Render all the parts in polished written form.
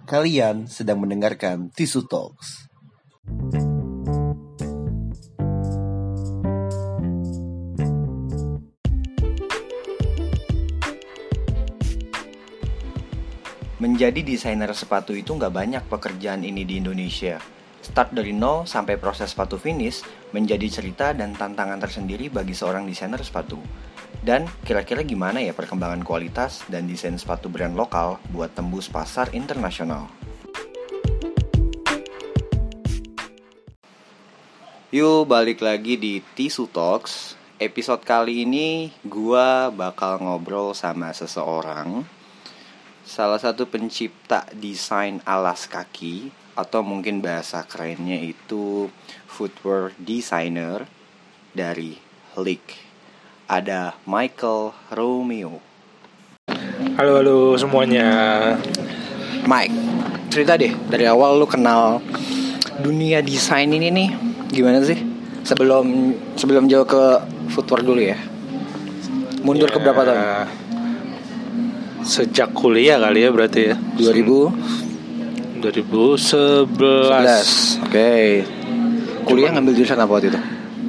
Kalian sedang mendengarkan Tisu Talks. Menjadi desainer sepatu itu nggak banyak pekerjaan ini di Indonesia. Start dari nol sampai proses sepatu finish menjadi cerita dan tantangan tersendiri bagi seorang desainer sepatu. Dan kira-kira gimana ya perkembangan kualitas dan desain sepatu brand lokal buat tembus pasar internasional? Yuk balik lagi di Tisu Talks. Episode kali ini gua bakal ngobrol sama seseorang, salah satu pencipta desain alas kaki, atau mungkin bahasa kerennya itu footwear designer dari Leek. Ada Michael Romeo. Halo semuanya. Mike, cerita deh dari awal lu kenal dunia desain ini nih gimana sih? Sebelum jauh ke footwear dulu ya. Mundur ke berapa tahun? Sejak kuliah kali ya berarti ya. 2011. Oke. Kuliah ngambil jurusan apa waktu itu?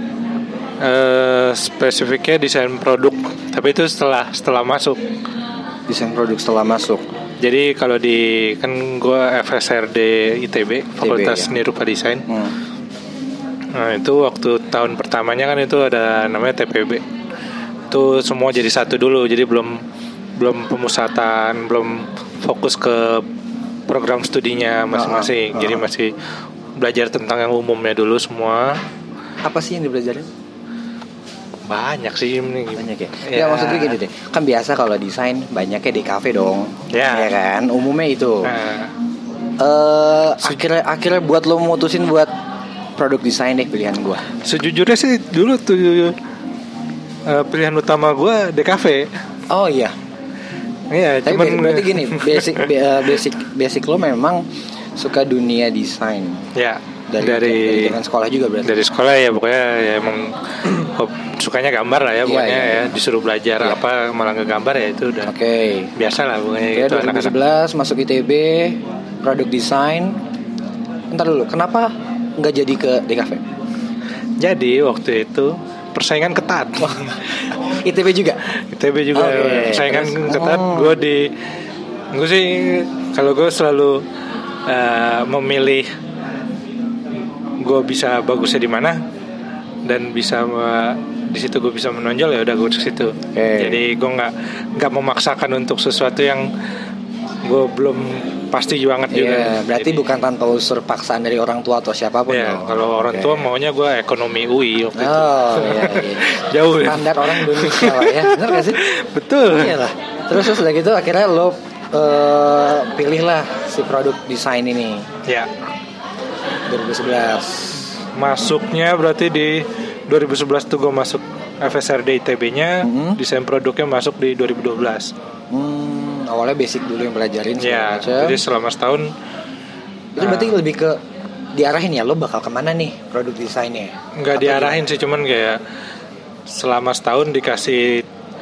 Spesifiknya desain produk, tapi itu setelah masuk. Desain produk setelah masuk. Jadi kalau di kan gue FSRD ITB, Fakultas Seni Rupa Desain. Nah itu waktu tahun pertamanya kan itu ada namanya TPB. Itu semua jadi satu dulu, jadi belum pemusatan, belum fokus ke program studinya masing-masing. Jadi masih belajar tentang yang umumnya dulu semua. Apa sih yang dipelajarin? Banyak sih ini. Banyak ya? Ya maksudnya gini deh. Kan biasa kalau desain banyaknya di kafe dong. Ya kan? Umumnya itu. Akhirnya buat lo mutusin buat produk desain deh pilihan gue. Sejujurnya sih dulu tuh pilihan utama gue di kafe. Oh iya. Iya, tapi cuman berarti gini, basic lo memang suka dunia desain. Ya. Dari sekolah juga berarti. Dari sekolah ya pokoknya ya emang sukanya gambar lah ya pokoknya ya. Disuruh belajar apa malah ngegambar ya itu udah. Oke. Biasa lah pokoknya gitu. 2011 masuk ITB, produk desain. Bentar dulu, kenapa nggak jadi ke DKV? Jadi waktu itu persaingan ketat. ITB juga. Persaingan ketat. Gue sih kalau gue selalu memilih gue bisa bagusnya di mana dan bisa di situ gue bisa menonjol, ya udah gue ke situ. Jadi gue nggak memaksakan untuk sesuatu yang gue belum pasti banget juga. Berarti bukan tanpa unsur paksaan dari orang tua atau siapapun. Kalau orang tua maunya gue ekonomi UI waktu itu. Iya. Jauh standar orang Indonesia lah ya. Benar gak sih? Betul. Iyalah. Terus udah gitu akhirnya lo pilihlah si produk desain ini. Ya. 2011. Masuknya berarti di 2011 tuh gue masuk FSRD ITB-nya. Desain produknya masuk di 2012. Awalnya basic dulu yang pelajarin. Jadi selama setahun. Itu berarti lebih ke diarahin ya, lo bakal kemana nih produk desainnya? Nggak diarahin sih, cuman kayak selama setahun dikasih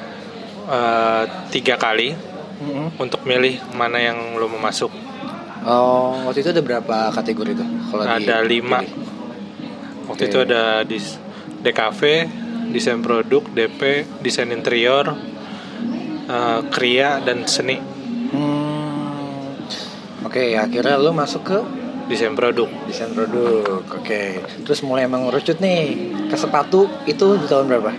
3 kali untuk milih mana yang lo mau masuk. Waktu itu ada berapa kategori tuh? Ada 5. Waktu itu ada DKV, desain produk, DP, desain interior, kriya dan seni. Akhirnya lo masuk ke desain produk. Terus mulai emang ngerucut nih ke sepatu itu di tahun berapa?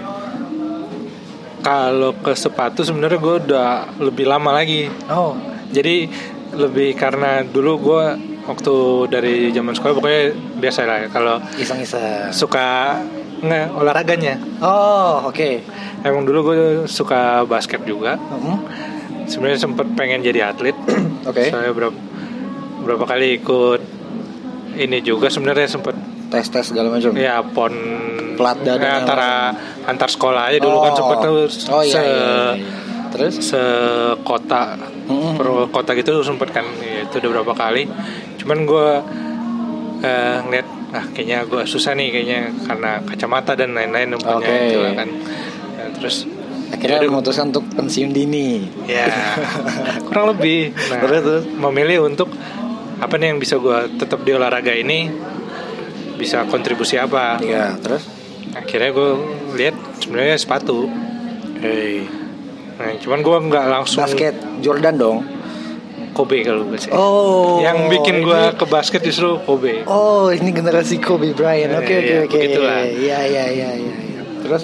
Kalau ke sepatu sebenarnya gue udah lebih lama lagi. Jadi lebih karena dulu gue waktu dari zaman sekolah pokoknya biasa lah kalau iseng-iseng suka olahraganya. Emang dulu gue suka basket juga. Sebenarnya sempet pengen jadi atlet. Saya berapa kali ikut ini juga sebenarnya sempet tes segala macam. Ya pon plat dan antar sekolah aja dulu kan sempet tuh. Terus sekota per kota gitu sempet kan ya, itu udah berapa kali. Cuman gue ngeliat kayaknya gue susah nih kayaknya karena kacamata dan lain-lain umpamanya gitu kan. Terus akhirnya memutuskan untuk pensiun dini. Ya kurang lebih. Terus memilih untuk apa nih yang bisa gue tetap di olahraga ini, bisa kontribusi apa. Iya, terus akhirnya gue lihat sebenarnya sepatu. Nah, cuman gue nggak langsung basket Jordan dong. Kobe kalau basket. Oh, yang bikin gue ini ke basket justru Kobe. Oh, ini generasi Kobe Bryant. Oke. Begitulah. Iya. Terus.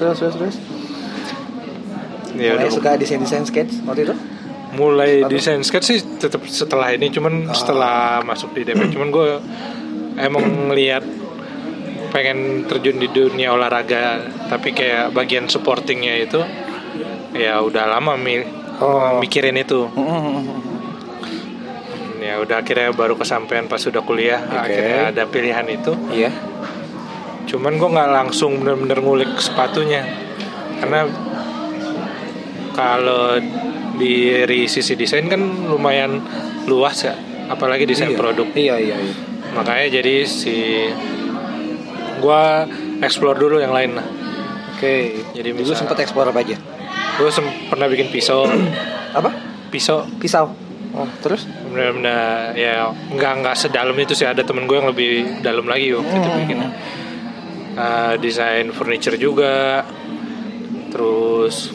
Ya, mulai suka desain skate waktu itu? Mulai desain skate sih tetap setelah ini, cuman setelah masuk di DP. Cuman gue emang ngeliat pengen terjun di dunia olahraga, tapi kayak bagian supportingnya itu ya udah lama mikirin itu. Ya udah akhirnya baru kesampaian pas sudah kuliah. Akhirnya ada pilihan itu. Iya. Cuman gue nggak langsung bener-bener ngulik sepatunya, karena kalau dari sisi desain kan lumayan luas ya, apalagi desain produk. Iya. Makanya jadi gue explore dulu yang lain lah. Oke. Jadi dulu sempat explore apa aja? Gue pernah bikin pisau. Apa? Pisau. Oh, terus? Benar-benar ya nggak sedalam itu sih, ada temen gue yang lebih dalam lagi waktu itu bikin. Desain furniture juga, terus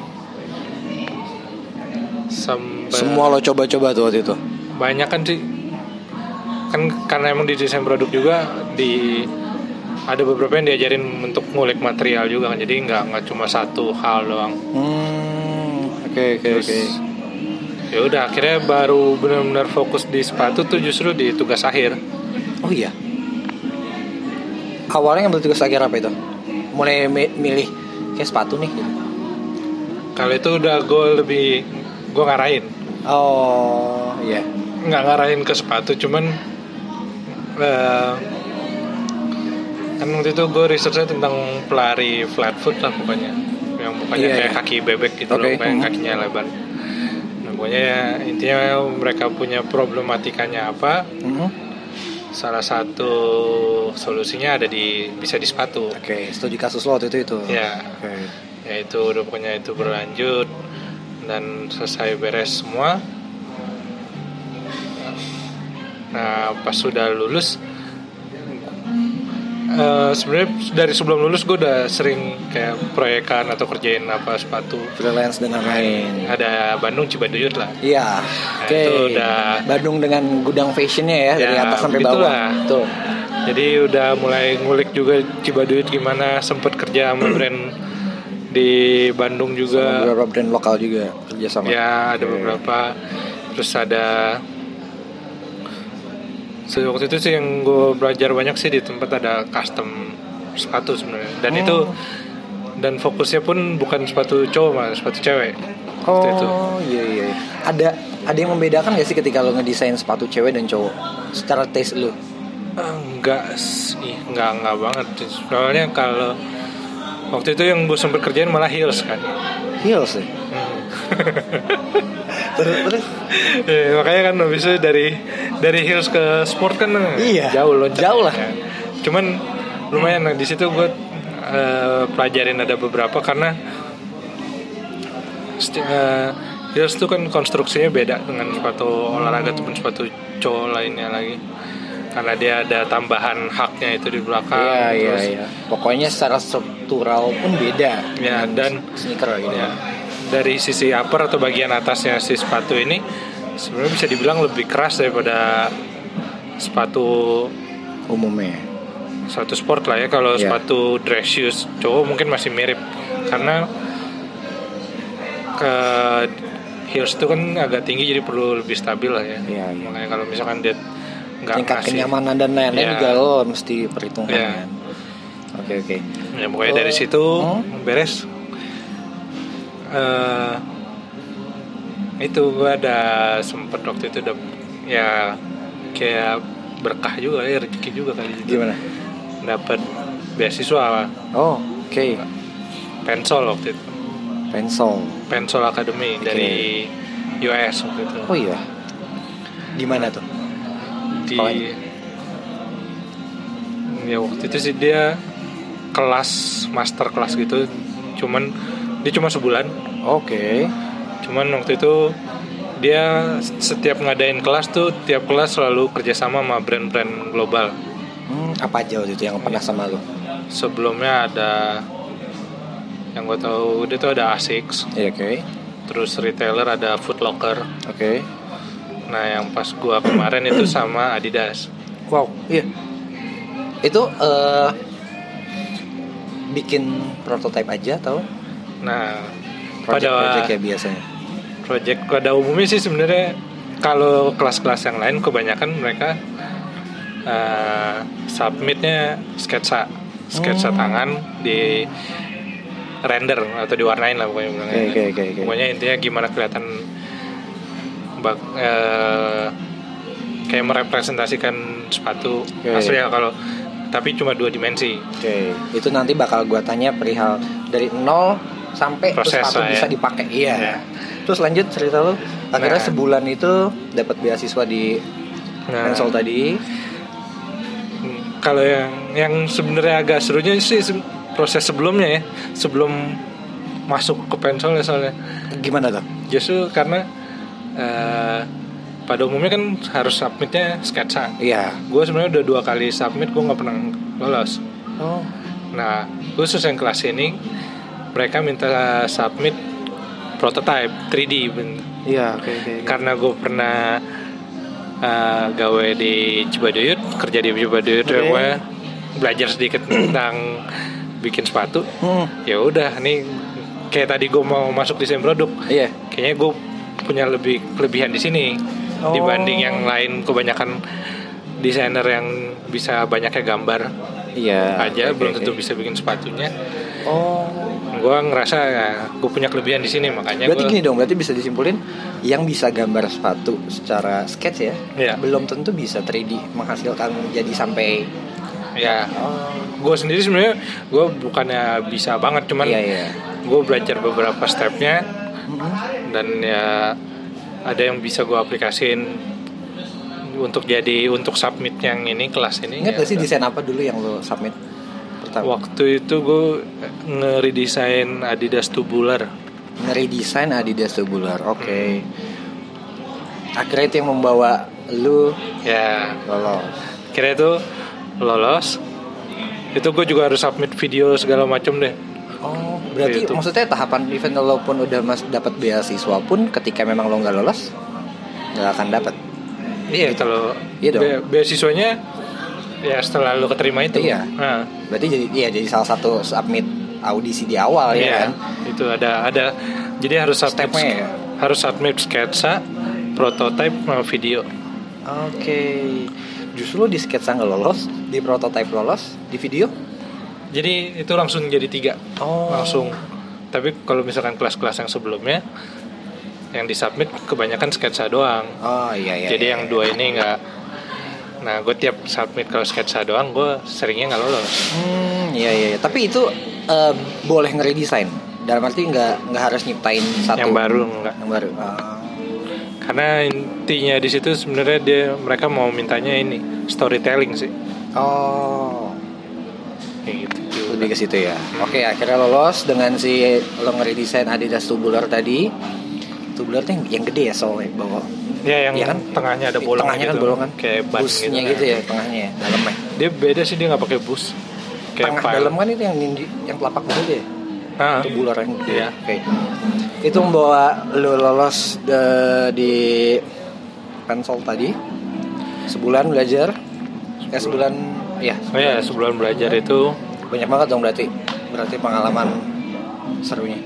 semua lo coba-coba tuh waktu itu? Banyak kan sih, kan karena emang di desain produk juga ada beberapa yang diajarin untuk ngulik material juga kan, jadi nggak cuma satu hal doang. Oke. Ya udah akhirnya baru benar-benar fokus di sepatu tuh justru di tugas akhir. Oh iya. Awalnya ngambil tugas akhir apa itu? Mulai milih kayak sepatu nih gitu. Kalau itu udah gue ngarahin. Oh iya. Nggak ngarahin ke sepatu, cuman kan waktu itu gue researchnya tentang pelari flat foot lah pokoknya, yang pokoknya kayak kaki bebek gitu loh, kayak kakinya lebar. Nah, pokoknya ya, intinya mereka punya problematikanya apa. Salah satu solusinya bisa di sepatu. Oke, studi kasus lo waktu itu. Ya. Ya itu udah pokoknya itu berlanjut dan selesai beres semua. Nah, pas sudah lulus, sebenarnya dari sebelum lulus gue udah sering kayak proyekan atau kerjain sepatu freelance dan lain-lain. Ada Bandung Cibaduyut lah. Iya. Nah, itu udah Bandung dengan gudang fashionnya ya, dari atas sampai bawah. Tuh. Jadi udah mulai ngulik juga Cibaduyut gimana, sempet kerja sama brand di Bandung juga. Sama beberapa brand lokal juga kerja sama. Ya ada beberapa. Terus ada waktu itu sih yang gue belajar banyak sih di tempat ada custom sepatu sebenarnya, dan itu dan fokusnya pun bukan sepatu cowok malah sepatu cewek. Oh iya. Ada yang membedakan nggak sih ketika lo ngedesain sepatu cewek dan cowok secara taste lo? Enggak banget. Soalnya kalau waktu itu yang gue sempat kerjain malah heels kan. Heels ya? Terus ya, makanya kan habis itu dari heels ke sport kan jauh lah. Ya. Cuman lumayan di situ gue pelajarin ada beberapa, karena heels itu kan konstruksinya beda dengan sepatu olahraga ataupun sepatu cowok lainnya lagi, karena dia ada tambahan haknya itu di belakang. Iya. Pokoknya secara struktural pun beda. Ya, dan sneaker gitu ya. Dari sisi upper atau bagian atasnya si sepatu ini sebenarnya bisa dibilang lebih keras daripada sepatu umumnya. Sepatu sport lah ya. Kalau sepatu dress shoes cowok mungkin masih mirip, karena heels itu kan agak tinggi, jadi perlu lebih stabil lah ya. Makanya kalau misalkan dia nggak tingkat kenyamanan dan lain-lain juga lo mesti perhitungan. Oke. Ya pokoknya dari situ beres. Itu gue ada sempet waktu itu udah ya kayak berkah juga ya, rezeki juga kali. Gimana? Dapat beasiswa. Oke. Pensol waktu itu. Pensol Academy dari US waktu itu. Oh iya. Di mana tuh? Ya waktu itu sih dia master kelas gitu. Dia cuma sebulan. Oke. Cuman waktu itu dia setiap ngadain kelas tuh tiap kelas selalu kerjasama sama brand-brand global. Apa aja waktu itu yang pernah sama lo? Sebelumnya ada yang gue tahu dia tuh ada ASICS. Iya, oke. Terus retailer ada Foot Locker. Oke. Nah yang pas gue kemarin itu sama Adidas. Wow, iya. Itu bikin prototype aja atau? Nah Project ya biasanya. Project pada umumnya sih sebenarnya kalau kelas-kelas yang lain kebanyakan mereka submitnya sketsa tangan di render atau diwarnain lah pokoknya. Okay. Pokoknya intinya gimana kelihatan kayak merepresentasikan sepatu aslinya kalau tapi cuma 2 dimensi. Oke. Itu nanti bakal gua tanya perihal dari 0 sampai proses sepatu bisa dipakai. Iya. Terus lanjut cerita lu. Akhirnya sebulan itu dapat beasiswa di Pensol tadi. Kalau yang sebenarnya agak serunya sih proses sebelumnya ya, sebelum masuk ke Pensol ya soalnya. Gimana tuh? Justru karena pada umumnya kan harus submitnya sketsa. Iya. Gue sebenarnya udah 2 kali submit, gue nggak pernah lolos. Oh. Nah khusus yang kelas ini mereka minta submit prototype 3D. Iya, oke. Karena gue pernah gawe di Cibaduyut, kerja di Cibaduyut, gue belajar sedikit tentang bikin sepatu. Ya udah, nih kayak tadi gue mau masuk desain produk. Iya. Kayaknya gue punya kelebihan di sini dibanding yang lain. Kebanyakan desainer yang bisa banyaknya gambar aja belum tentu bisa bikin sepatunya. Gue ngerasa ya, gue punya kelebihan di sini, makanya. Berarti gini dong, berarti bisa disimpulin yang bisa gambar sepatu secara sketch ya, belum tentu bisa 3D menghasilkan jadi sampai. Ya, gue sendiri sebenarnya gue bukannya bisa banget, cuman gue belajar beberapa stepnya dan ya ada yang bisa gue aplikasiin untuk submit yang ini kelas ini. Ingat gak sih desain apa dulu yang lo submit? Waktu itu gue ngeredesain Adidas Tubular. Ngeredesain Adidas Tubular, oke. Akhirnya itu yang membawa lu lolos. Akhirnya itu lolos. Itu gue juga harus submit video segala macam deh. Oh, berarti itu. Maksudnya tahapan event walaupun udah dapat beasiswa pun ketika memang lo nggak lolos nggak akan dapat. Iya, kalau beasiswanya ya setelah lu keterima itu. Iya. Nah, berarti jadi salah satu submit audisi di awal ya kan. Itu ada jadi harus submit stepnya ya. Harus submit sketsa, prototype sama video. Oke. Justru di sketsa nggak lolos, di prototype lolos, di video jadi itu langsung jadi 3. Langsung. Tapi kalau misalkan kelas-kelas yang sebelumnya yang disubmit kebanyakan sketsa doang. Iya. Jadi yang 2 ini nggak. Nah, gue tiap submit kalau sketsa doang, gue seringnya nggak lolos. Iya. Tapi itu boleh ngeredesain. Dalam arti nggak harus nyiptain satu. Yang baru nggak. Yang baru. Karena intinya di situ sebenarnya mereka mau mintanya ini storytelling sih. Kayak gitu. Lebih ke situ ya. Oke, akhirnya lolos dengan si lo ngeredesain Adidas Tubular tadi. Tubular tuh yang gede ya soalnya bawa. Ya yang kan? Tengahnya ada bolong. Tengahnya gitu. Kan bolong kan. Kayak ban busnya gitu ya tengahnya, dalamnya. Dia beda sih, dia nggak pakai bus. Kayak tengah dalam kan itu yang telapak gitu ya. Tubular yang gitu. Iya. Oke. Itu membawa lo lolos di Pensol tadi. Sebulan belajar. Sebulan ya. Sebulan belajar itu banyak banget dong berarti pengalaman serunya.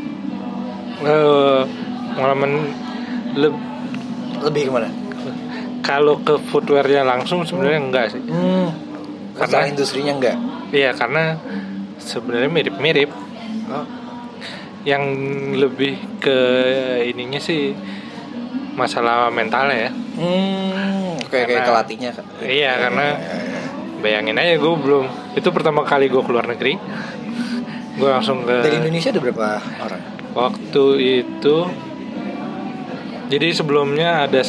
Pengalaman lebih kemana? Kalau ke footwear-nya langsung sebenarnya enggak sih. Karena industrinya enggak. Iya, karena sebenarnya mirip-mirip. Yang lebih ke ininya sih masalah mentalnya ya. Kayak kelatihnya. Iya, karena bayangin aja gue belum. Itu pertama kali gue keluar negeri. Gue langsung ke. Dari Indonesia ada berapa orang? Waktu itu. Jadi sebelumnya ada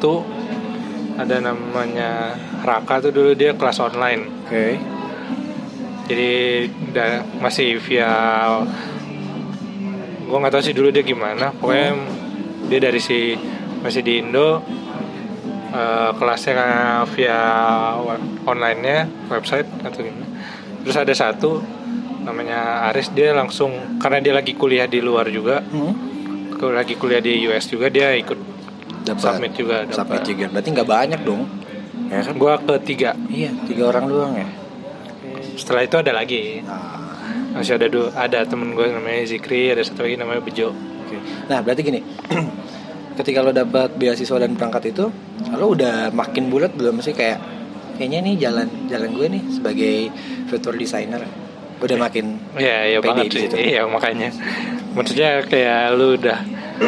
namanya Raka tuh dulu, dia kelas online. Oke. Jadi masih via, gue nggak tahu sih dulu dia gimana. Pokoknya dia dari si masih di Indo. Kelasnya via online-nya, website atau gimana. Terus ada satu namanya Aris, dia langsung karena dia lagi kuliah di luar juga, lagi kuliah di US juga, dia ikut submit juga. Berarti nggak banyak dong? Ya kan? Gua ketiga. Iya, 3 orang doang ya. Setelah itu ada lagi. Masih ada temen gue namanya Zikri, ada satu lagi namanya Bejo. Nah berarti gini, ketika lo dapat beasiswa dan berangkat itu, lo udah makin bulat belum sih, kayaknya nih jalan gue nih sebagai virtual designer udah makin ya pede banget di sih. situ. Iya makanya, maksudnya kayak lu udah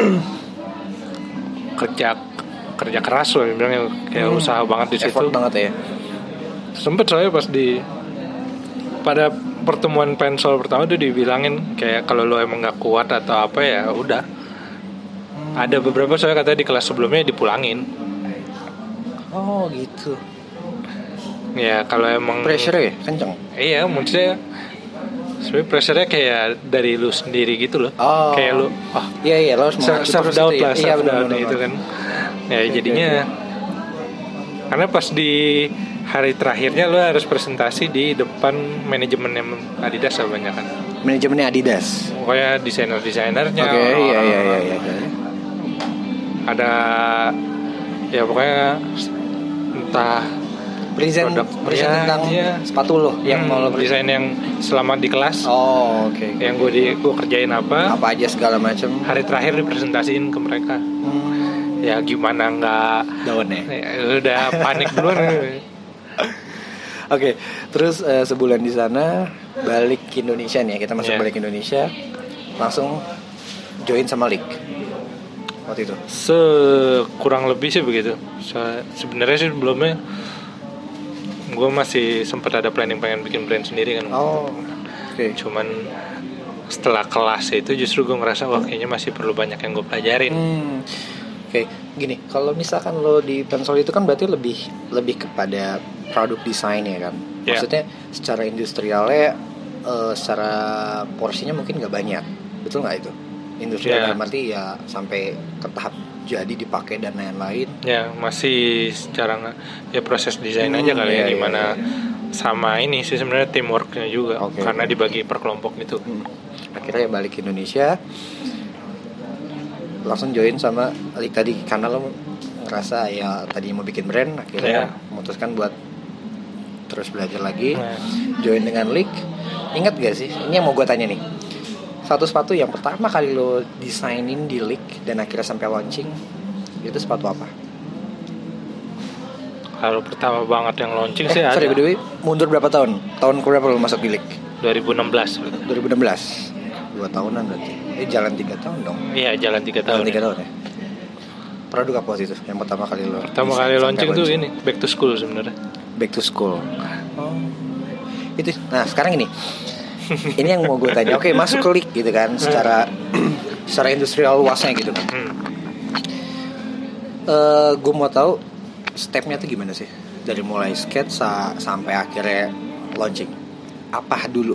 kerja keras loh, bilangnya kayak usaha banget di situ. Effort banget ya. Sempet saya pas pada pertemuan pensol pertama tuh dibilangin kayak kalau lo emang nggak kuat atau apa ya udah. Ada beberapa saya kata di kelas sebelumnya dipulangin. Oh gitu. Ya kalau emang pressure ya kenceng. Iya maksudnya sebenarnya pressure-nya kayak dari lu sendiri gitu loh. Kayak lu iya lo harus self doubt lah, iya, self doubt gitu kan. Ya jadinya karena pas di hari terakhirnya lo harus presentasi di depan manajemen Adidas banyak kan. Manajemennya Adidas. Pokoknya desainer-desainernya. Oke, iya. Ada ya pokoknya entah present tentang sepatu lo yang mau lo desain yang selama di kelas. Oke. Yang gue kerjain apa aja segala macam. Hari terakhir dipresentasiin ke mereka. Ya gimana nggak down ya? Udah panik duluan. Oke, terus sebulan di sana balik ke Indonesia nih, kita masuk balik ke Indonesia, langsung join sama League waktu itu. Kurang lebih sih begitu. Sebenarnya sih sebelumnya gue masih sempat ada planning pengen bikin brand sendiri kan. Oke. Cuman setelah kelas itu justru gue ngerasa wah kayaknya masih perlu banyak yang gue pelajarin. Oke, gini, kalau misalkan lo di Pensol itu kan berarti lebih kepada produk desain ya kan. Maksudnya secara industrialnya, secara porsinya mungkin nggak banyak, betul nggak itu? Industrial dalam arti ya sampai ke tahap jadi dipakai dan lain-lain. Ya masih secara proses desain aja kali ya gimana. Sama ini sih sebenarnya teamworknya juga, karena dibagi per kelompok gitu. Akhirnya balik ke Indonesia. Langsung join sama League tadi karena lo ngerasa ya tadi mau bikin brand, akhirnya memutuskan buat terus belajar lagi. Join dengan League. Ingat gak sih, ini yang mau gue tanya nih, satu sepatu yang pertama kali lo desainin di League dan akhirnya sampai launching itu sepatu apa? Kalau pertama banget yang launching sih ada. Sorry, by the way, mundur berapa tahun? Tahun berapa lo masuk di League? 2016. 2 tahunan berarti. Jalan 3 tahun dong. Iya, jalan 3 tahun. 3 tahun ya. Produk apa waktu itu yang pertama kali lo? Pertama kali launching tuh ini Back to School sebenarnya. Back to School. Itu. Nah, sekarang ini. Ini yang mau gue tanya. Oke, masuk ke League gitu kan, secara industrial luasnya gitu kan. Gue mau tahu stepnya tuh gimana sih? Dari mulai sketsa sampai akhirnya launching. Apa dulu?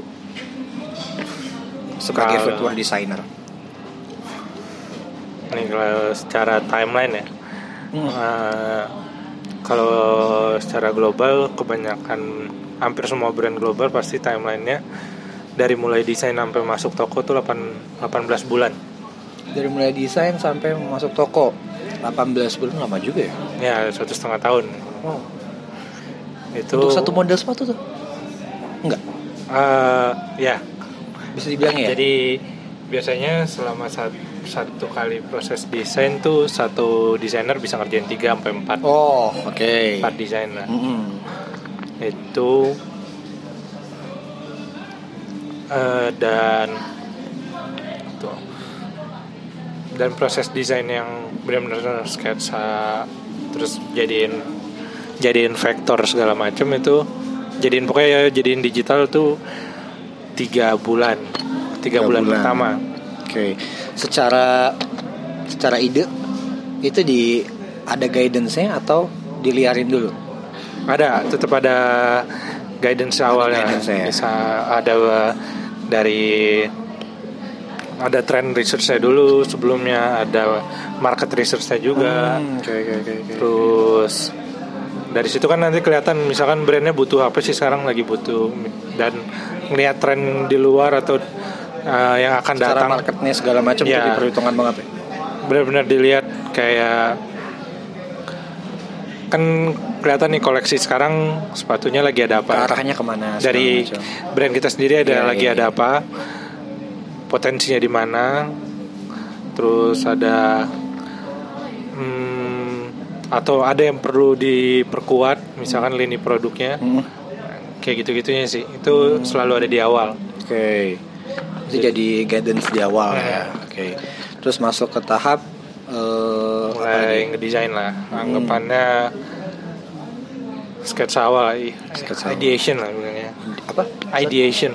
Sebagai virtual designer. Ini kalau secara timeline ya. Kalau secara global kebanyakan hampir semua brand global pasti timelinenya dari mulai desain sampai masuk toko tuh 18 bulan. Dari mulai desain sampai masuk toko 18 bulan, lama juga ya? Ya 1,5 tahun. Itu untuk satu model sepatu tuh? Enggak? Ya bisa dibilang ya. Jadi biasanya selama satu kali proses desain tuh satu desainer bisa ngerjain 3 sampai 4. Oh, oke. 4 desainer. Itu dan proses desain yang benar-benar sketsa terus jadiin vektor segala macam itu jadiin digital tuh 3 bulan pertama. Oke. Secara ide itu ada guidance-nya atau diliarin dulu? Tetap ada guidance awalnya. Bisa ada dari ada trend research-nya dulu, sebelumnya ada market research-nya juga. Okay. Terus dari situ kan nanti kelihatan misalkan brandnya butuh apa sih sekarang lagi butuh, dan ngelihat tren di luar atau yang akan secara datang. Marketnya segala macam itu diperhitungkan banget ya. Benar-benar dilihat kayak kan kelihatan nih koleksi sekarang sepatunya lagi ada apa, arahnya kemana dari brand kita sendiri ada ada apa, potensinya di mana, terus ada atau ada yang perlu diperkuat misalkan lini produknya, kayak gitu-gitunya sih itu selalu ada di awal. Itu jadi guidance di awal ya. Terus masuk ke tahap mulai ngedesain lah, anggapannya sketsa awal, ideation lah bilangnya. Apa? Ideation.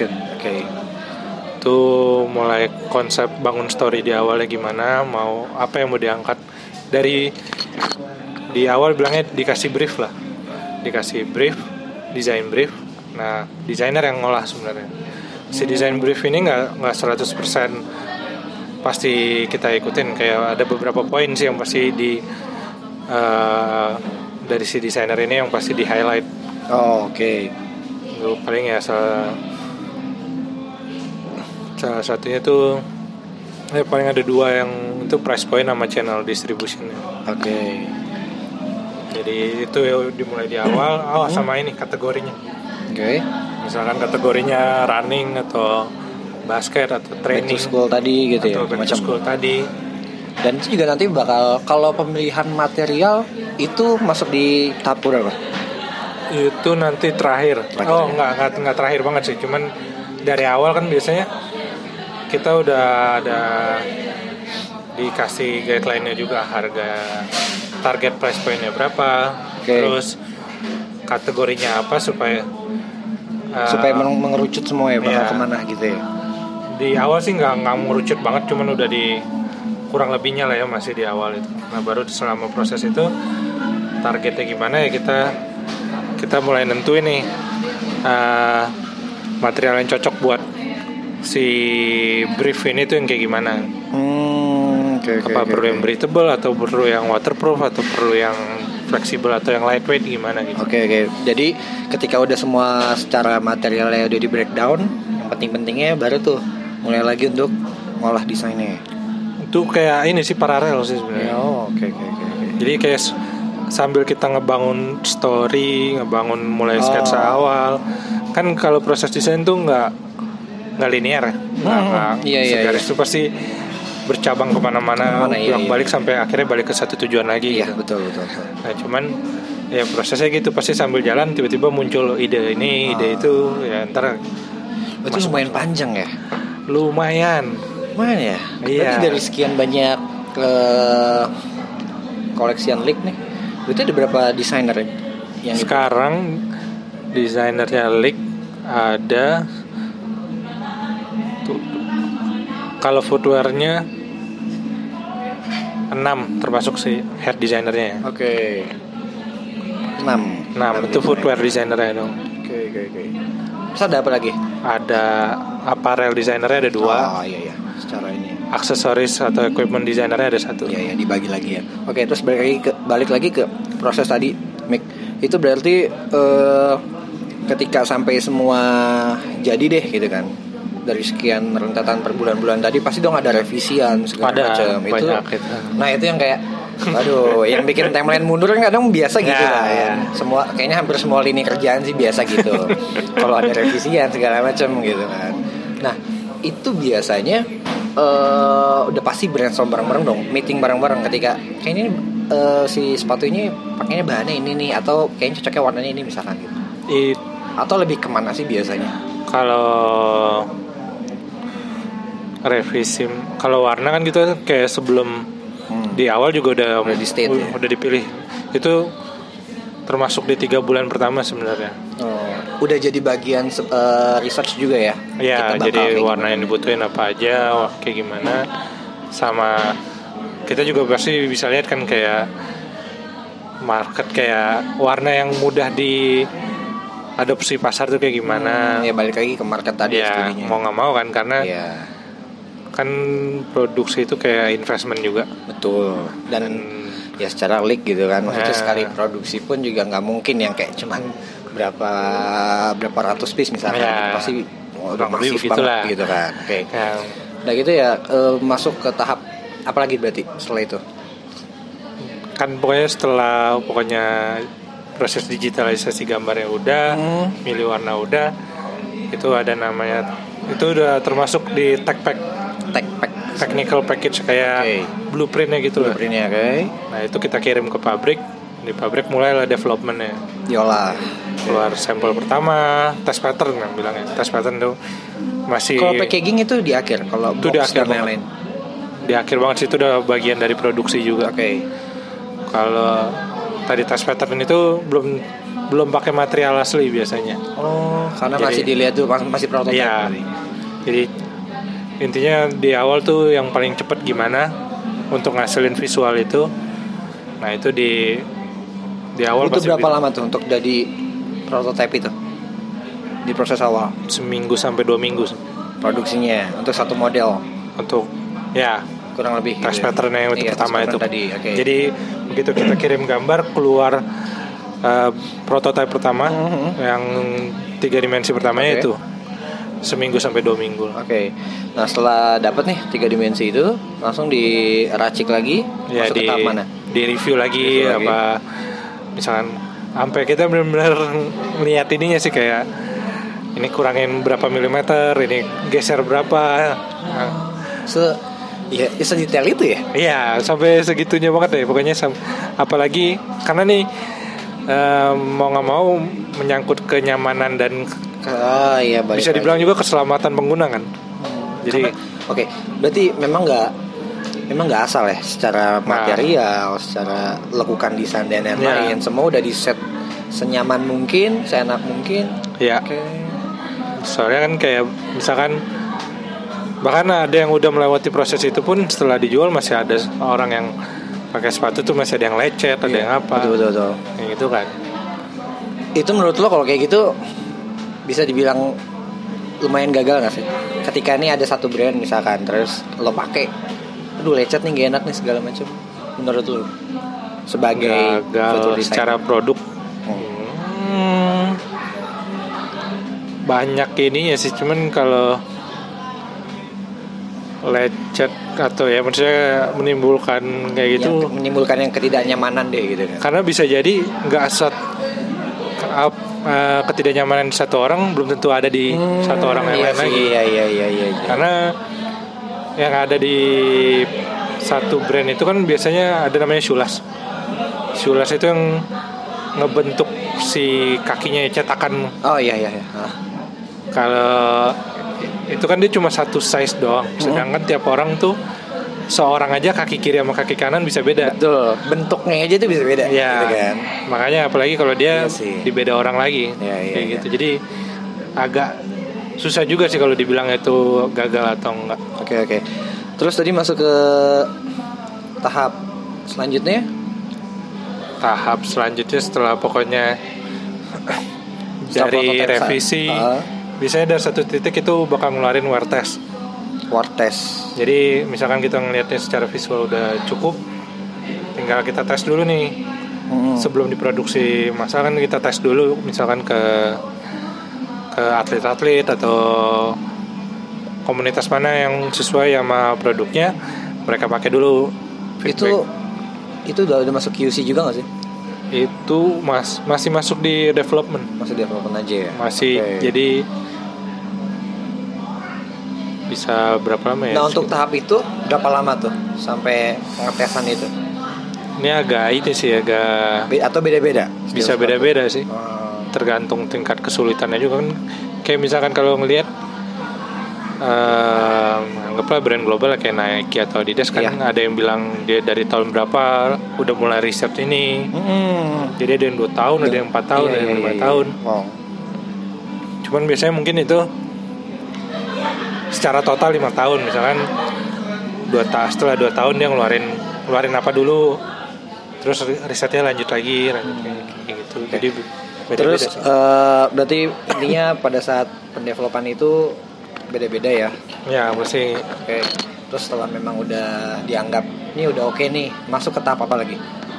Itu mulai konsep bangun story di awalnya gimana, mau apa yang mau diangkat dari di awal bilangnya dikasih brief, design brief. Nah, desainer yang ngolah sebenarnya. Si design brief ini nggak 100% pasti kita ikutin, kayak ada beberapa poin sih yang pasti dari si desainer ini yang pasti di highlight. Itu paling ya salah satunya tuh paling ada 2 yang itu price point sama channel distribution. Jadi itu dimulai di awal. Sama ini kategorinya. Misalkan kategorinya running atau basket atau training, back to school tadi gitu atau back to school tadi. Dan itu juga nanti bakal, kalau pemilihan material itu masuk di tahap berapa? Itu nanti terakhir. Enggak terakhir banget sih, cuman dari awal kan biasanya kita udah ada dikasih guideline-nya juga, harga target price point-nya berapa, terus kategorinya apa supaya mengerucut semua ya, bakal kemana gitu ya. Di awal sih nggak mengerucut banget, cuman udah di kurang lebihnya lah ya, masih di awal itu. Nah baru selama proses itu targetnya gimana ya, kita mulai nentuin nih material yang cocok buat si brief ini tuh yang kayak gimana. Apa perlu yang breathable atau perlu yang waterproof atau perlu yang fleksibel atau yang lightweight gimana gitu. Jadi ketika udah semua secara materialnya udah di breakdown, yang penting-pentingnya baru tuh mulai lagi untuk ngolah desainnya. Itu kayak ini sih paralel sih sebenarnya. Jadi kayak sambil kita ngebangun story, ngebangun mulai sketsa awal. Kan kalau proses desain tuh nggak linear ya. Segaris itu pasti bercabang kemana-mana, balik sampai akhirnya balik ke satu tujuan lagi. Betul. Nah cuman ya prosesnya gitu, pasti sambil jalan tiba-tiba muncul ide ini, ide itu, ya ntar. Itu lumayan panjang ya. Lumayan ya. Berarti dari sekian banyak koleksian Leak nih, itu ada berapa desainer yang sekarang desainernya Leak ada tuh, kalau footwearnya 6 termasuk si head desainernya ya. 6 itu footwear desainernya dong. Terus ada apa lagi? Ada apparel desainernya ada 2. Secara ini. Aksesoris atau equipment desainernya ada 1. Dibagi lagi ya. Terus balik lagi ke proses tadi, Mick. Itu berarti ketika sampai semua jadi deh gitu kan. Dari sekian rentetan per bulan-bulan tadi pasti dong ada revisian segala macam itu. Nah, itu yang kayak yang bikin timeline mundur kan kadang biasa gitu kan. Semua kayaknya hampir semua lini kerjaan sih biasa gitu. Kalau ada revisian segala macam gitu kan. Nah, itu biasanya udah pasti brainstorm bareng-bareng dong, meeting bareng-bareng ketika kayaknya si sepatu ini pakainya bahannya ini nih, atau kayaknya cocoknya warnanya ini misalkan gitu. Atau lebih kemana sih biasanya? Kalau revisi, kalau warna kan gitu kayak sebelum di awal juga udah di state udah dipilih. Itu termasuk di 3 bulan pertama sebenarnya. Udah jadi bagian research juga ya? Iya, jadi warna yang dibutuhin apa aja, kayak gimana. Sama kita juga pasti bisa lihat kan kayak market, kayak warna yang mudah diadopsi pasar tuh kayak gimana. Ya balik lagi ke market tadi ya, mau nggak mau kan, karena kan produksi itu kayak investment juga. Betul. Dan ya secara leak gitu kan, maksudnya sekali produksi pun juga nggak mungkin yang kayak cuman berapa ratus piece misalkan, pasti udah masif banget gitu kan. Oke. Nah gitu ya, masuk ke tahap apa lagi berarti setelah itu? Kan pokoknya proses digitalisasi gambarnya udah, milih warna udah, itu ada namanya, itu udah termasuk di tech pack, technical package kayak blueprintnya gitu lah. Blueprintnya, Nah itu kita kirim ke pabrik, di pabrik mulailah developmentnya. Yolah. Keluar sampel pertama, test pattern kan bilangnya. Test pattern tuh masih. Kalau packaging itu di akhir, kalau itu di akhir banget. Di akhir banget sih, itu udah bagian dari produksi juga. Kalau tadi test pattern itu belum pakai material asli biasanya. Karena masih dilihat tuh masih prototipe. Iya. Jadi intinya di awal tuh yang paling cepat gimana untuk ngasilin visual itu. Nah itu di awal. Itu berapa lama tuh untuk jadi prototipe itu? Di proses awal? Seminggu sampai 2 minggu produksinya untuk satu model. Untuk ya kurang lebih test patternnya untuk pertama itu. Jadi begitu kita kirim gambar, keluar prototipe pertama yang 3 dimensi pertamanya itu seminggu sampai 2 minggu. Nah setelah dapat nih 3 dimensi itu langsung diracik lagi, masuk ke tahap mana? Di review lagi apa misalkan sampai kita benar-benar lihat ininya sih, kayak ini kurangin berapa milimeter, ini geser berapa. Ya sedetail itu ya? Iya, sampai segitunya banget deh pokoknya. Apalagi karena nih mau nggak mau menyangkut kenyamanan dan bisa dibilang juga keselamatan pengguna kan. Jadi berarti memang nggak asal ya secara material, secara lekukan desain dan lain-lain. Semua udah di set senyaman mungkin, seenak mungkin. Iya. Soalnya kan kayak misalkan bahkan ada yang udah melewati proses itu pun setelah dijual masih ada orang yang pakai sepatu tuh masih ada yang lecet, ada yang apa. Betul. Yang itu kan. Itu menurut lo kalau kayak gitu bisa dibilang lumayan gagal nggak sih? Ketika ini ada satu brand misalkan, terus lo pakai, aduh lecet nih, gak enak nih segala macam. Menurut lo sebagai gagal secara produk, banyak ininya sih. Cuman kalau lecet atau ya maksudnya menimbulkan kayak gitu, menimbulkan yang ketidaknyamanan deh gitu kan. Karena bisa jadi nggak ketidaknyamanan satu orang belum tentu ada di satu orang yang lain lagi. Iya. Karena yang ada di satu brand itu kan biasanya ada namanya Sulas itu yang ngebentuk si kakinya cetakan. Iya. Kalau itu kan dia cuma satu size doang, sedangkan tiap orang tuh seorang aja kaki kiri sama kaki kanan bisa beda. Betul, bentuknya aja tuh bisa beda. Ya, gitu kan? Makanya apalagi kalau dia di beda orang lagi, kayak gitu. Jadi agak susah juga sih kalau dibilang itu gagal atau enggak. Oke. Terus tadi masuk ke tahap selanjutnya? Tahap selanjutnya setelah pokoknya dari revisi. Biasanya dari satu titik itu bakal ngeluarin wear test. Jadi misalkan kita ngelihatnya secara visual udah cukup, tinggal kita tes dulu nih. Sebelum diproduksi, misalkan kita tes dulu misalkan ke atlet-atlet atau komunitas mana yang sesuai sama produknya, mereka pakai dulu feedback. Itu udah masuk QC juga nggak sih? Itu masih masuk di development. Masih development aja ya? Masih. Jadi bisa berapa lama ya? Nah untuk tahap itu berapa lama tuh sampai pengetesan itu? Ini agak atau beda-beda? Bisa beda-beda sih. Tergantung tingkat kesulitannya juga kan. Kayak misalkan kalau ngelihat anggaplah brand global kayak Nike atau Adidas kan, ada yang bilang dia dari tahun berapa udah mulai riset ini. Jadi ada yang 2 tahun, ada yang 4 tahun, ada yang 5 tahun. Cuman biasanya mungkin itu secara total 5 tahun. Misalkan setelah 2 tahun dia ngeluarin apa dulu, terus risetnya lanjut lagi kayak gitu. Jadi beda-beda. Terus berarti intinya pada saat pendevelopan itu beda-beda ya? Ya, mesti. Oke. Terus setelah memang udah dianggap ini udah oke nih, masuk ke tahap apa lagi?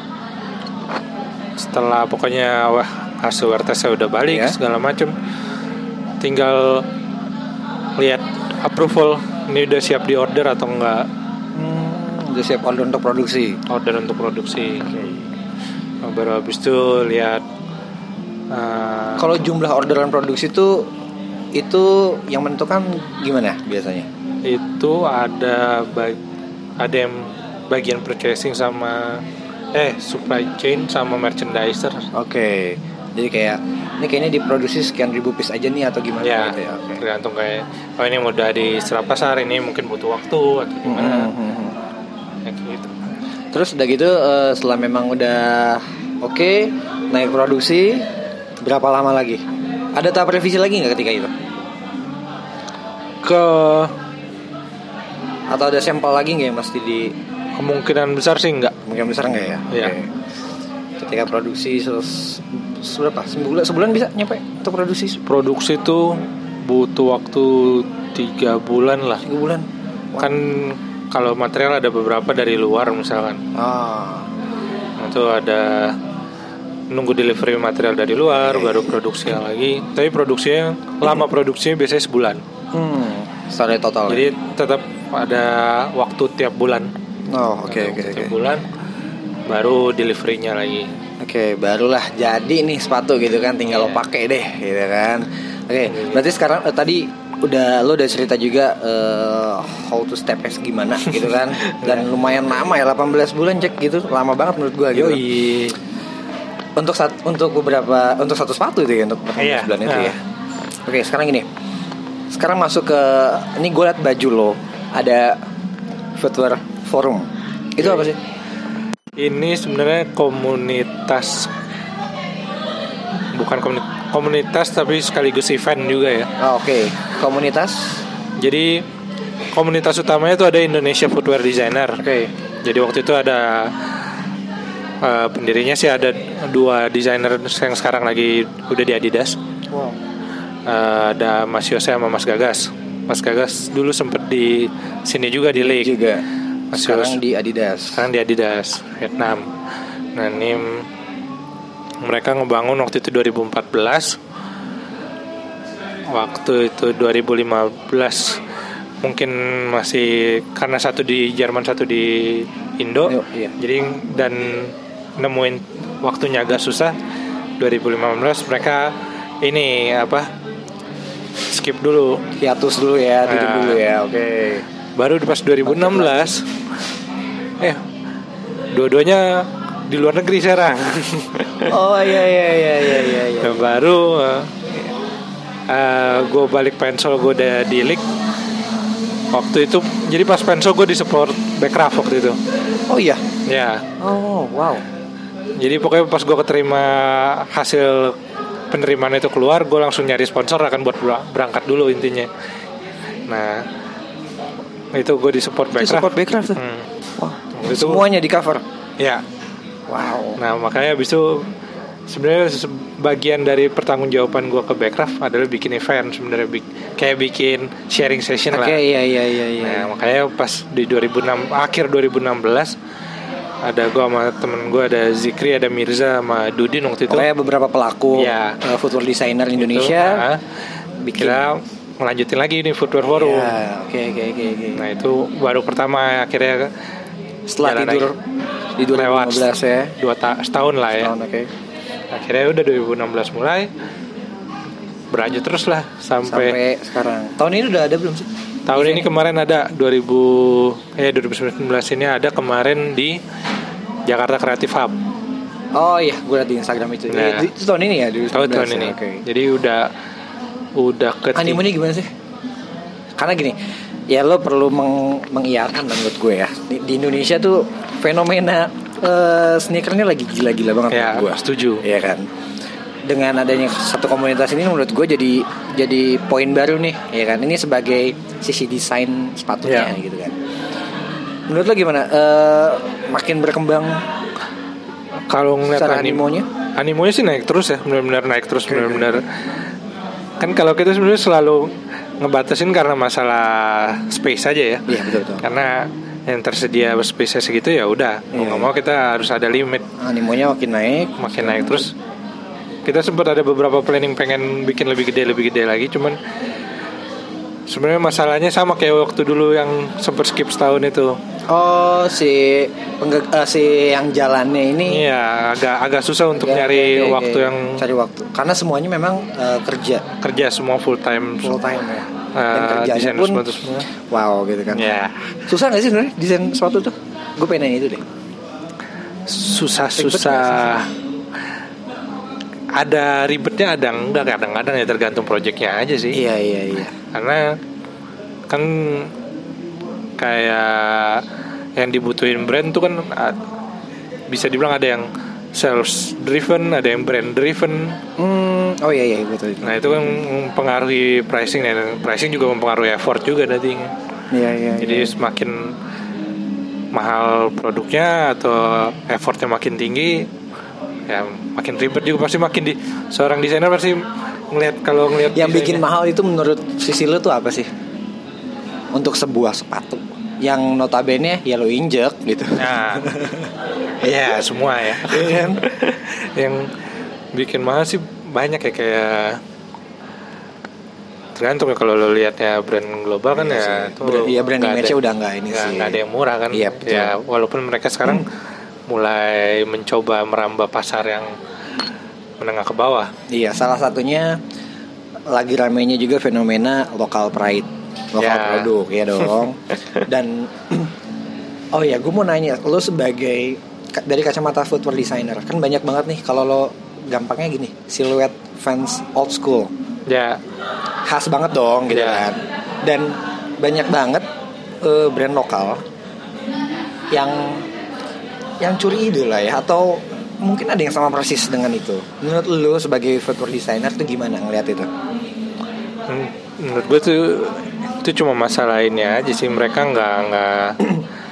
Setelah pokoknya hasil tesnya udah balik segala macem, tinggal lihat approval ini udah siap di order atau enggak. Udah siap order untuk produksi. Okay. Baru habis itu lihat. Kalau jumlah orderan produksi itu yang menentukan gimana biasanya? Itu ada yang bagian purchasing sama supply chain sama merchandiser. Oke. Jadi kayak ini kayaknya diproduksi sekian ribu piece aja nih atau gimana ya, gitu ya. Okay. Tergantung kayak ini mudah diserap pasar, ini mungkin butuh waktu atau gimana. Kayak gitu. Terus udah gitu setelah memang udah oke, naik produksi, berapa lama lagi? Ada tahap revisi lagi nggak ketika itu? Atau ada sampel lagi nggak yang mesti di? Kemungkinan besar sih enggak. Kemungkinan besar enggak ya? Iya. Okay. Ketika produksi berapa? Sebulan bisa nyampe untuk produksi? Produksi itu butuh waktu 3 bulan lah. 3 bulan. Wow. Kan kalau material ada beberapa dari luar misalkan. Itu ada nunggu delivery material dari luar, baru produksinya lagi. Tapi lama produksinya biasanya sebulan. Secara total. Jadi tetap ada waktu tiap bulan. Oke. Tiap bulan baru deliverynya lagi. Oke, barulah jadi nih sepatu gitu kan, tinggal lo pakai deh gitu kan. Oke, berarti sekarang tadi lo udah cerita juga how to step as gimana gitu kan. Dan lumayan lama ya, 18 bulan Jack gitu. Lama banget menurut gua gitu. Yoi. Untuk satu sepatu itu ya, untuk 18 bulan itu ya. Oke, sekarang gini. Sekarang masuk ke ini, gue liat baju lo ada footwear forum. Itu apa sih? Ini sebenarnya bukan komunitas tapi sekaligus event juga ya. Oke. Komunitas. Jadi komunitas utamanya itu ada Indonesia Footwear Designer. Oke. Jadi waktu itu ada pendirinya sih ada 2 desainer yang sekarang lagi udah di Adidas. Wow. Ada Mas Yose sama Mas Gagas. Mas Gagas dulu sempet di sini juga di Lake. Juga. Mas sekarang Yose, di Adidas. Sekarang di Adidas Vietnam. Nah ini mereka ngebangun waktu itu 2014. Waktu itu 2015 mungkin masih karena satu di Jerman satu di Indo. Iya. Jadi dan nemuin waktunya agak susah. 2015 mereka ini skip dulu, hiatus dulu ya, tidur dulu ya. Oke. Baru pas 2016 dua-duanya di luar negeri sekarang. Oh iya. Baru gue balik Pensol, gue udah di League waktu itu. Jadi pas Pensol gue di support Backcraft waktu itu. Oh iya. Ya. Oh wow. Jadi pokoknya pas gue keterima, hasil penerimaan itu keluar, gue langsung nyari sponsor akan buat berangkat dulu intinya. Nah itu gue di support Backcraft. Support Backcraft tuh. Wah. Itu semuanya di cover. Ya. Wow. Nah makanya abis itu sebenarnya bagian dari pertanggungjawaban gue ke Backcraft adalah bikin event sebenarnya, kayak bikin sharing session lah. Oke, iya. Nah makanya pas di akhir 2016 ada gue sama temen gue, ada Zikri, ada Mirza, sama Dudin waktu itu. Kayak beberapa pelaku footwear designer Indonesia bikin. Kita melanjutin lagi nih footwear forum. Oke. Nah itu baru pertama akhirnya setelah tidur di 2015 ya. Setahun lah ya. Oke. Akhirnya udah 2016 mulai berlanjut terus lah sampai sekarang. Tahun ini udah ada belum sih? Tahun ini kemarin ada 2019 ini ada kemarin di Jakarta Creative Hub. Oh iya, gue liat di Instagram itu. Nah, itu tahun ini ya? Tahun ini. Okay. Jadi udah animenya gimana sih? Karena gini, ya lo perlu mengiyakan menurut gue ya. Di Indonesia tuh fenomena sneakernya lagi gila-gila banget. Ya, gue setuju. Iya kan. Dengan adanya satu komunitas ini menurut gue jadi poin baru nih, ya kan. Ini sebagai sisi desain sepatunya gitu kan. Menurut lo gimana? Makin berkembang kalau ngeliat animonya sih naik terus ya, benar-benar naik terus, benar-benar. Kan kalau kita sebenarnya selalu ngebatasin karena masalah space aja ya. Iya betul. Karena yang tersedia space segitu ya udah, mau nggak mau kita harus ada limit. Animonya makin naik Terus kita sempat ada beberapa planning pengen bikin lebih gede lagi, cuman sebenarnya masalahnya sama kayak waktu dulu yang sempat skip setahun itu. Oh, si yang jalannya ini. Iya, agak susah untuk nyari waktu yang cari waktu. Karena semuanya memang kerja semua full time ya. Dan kerjanya pun semua. Wow gitu kan. Ya. Susah nggak sih sebenarnya desain sepatu tuh? Gue pengen nanya itu deh. Susah. Ada ribetnya, ada enggak, kadang-kadang ya tergantung proyeknya aja sih. Iya. Karena kan kayak yang dibutuhin brand tuh kan bisa dibilang ada yang sales driven, ada yang brand driven. Oh iya betul. Nah itu kan mempengaruhi pricing, dan pricing juga mempengaruhi effort juga nantinya. Iya. Jadi semakin mahal produknya atau effortnya makin tinggi, ya makin ribet juga pasti. Seorang desainer pasti ngelihat yang bikin mahal itu menurut sisi lo tuh apa sih untuk sebuah sepatu yang notabene ya lo injek gitu. Nah, ya semua ya. Yang bikin mahal sih banyak ya, kayak tergantung ya. Kalau lo lihatnya brand global kan ya itu brand image-nya udah nggak ini sih. Nggak ada yang murah kan. Iya, ya walaupun mereka sekarang mulai mencoba merambah pasar yang menengah ke bawah. Iya, salah satunya lagi ramainya juga fenomena local pride, produk ya dong. Dan oh ya, gue mau nanya, lo sebagai dari kacamata footwear designer kan banyak banget nih, kalau lo gampangnya gini, silhouette fans old school. Ya. Khas banget dong gitu kan. Dan banyak banget brand lokal yang curi ide lah ya, atau mungkin ada yang sama persis dengan itu. Menurut lo sebagai footwear designer tuh gimana ngeliat itu? Menurut gue tuh itu cuma masalah ini aja sih, mereka nggak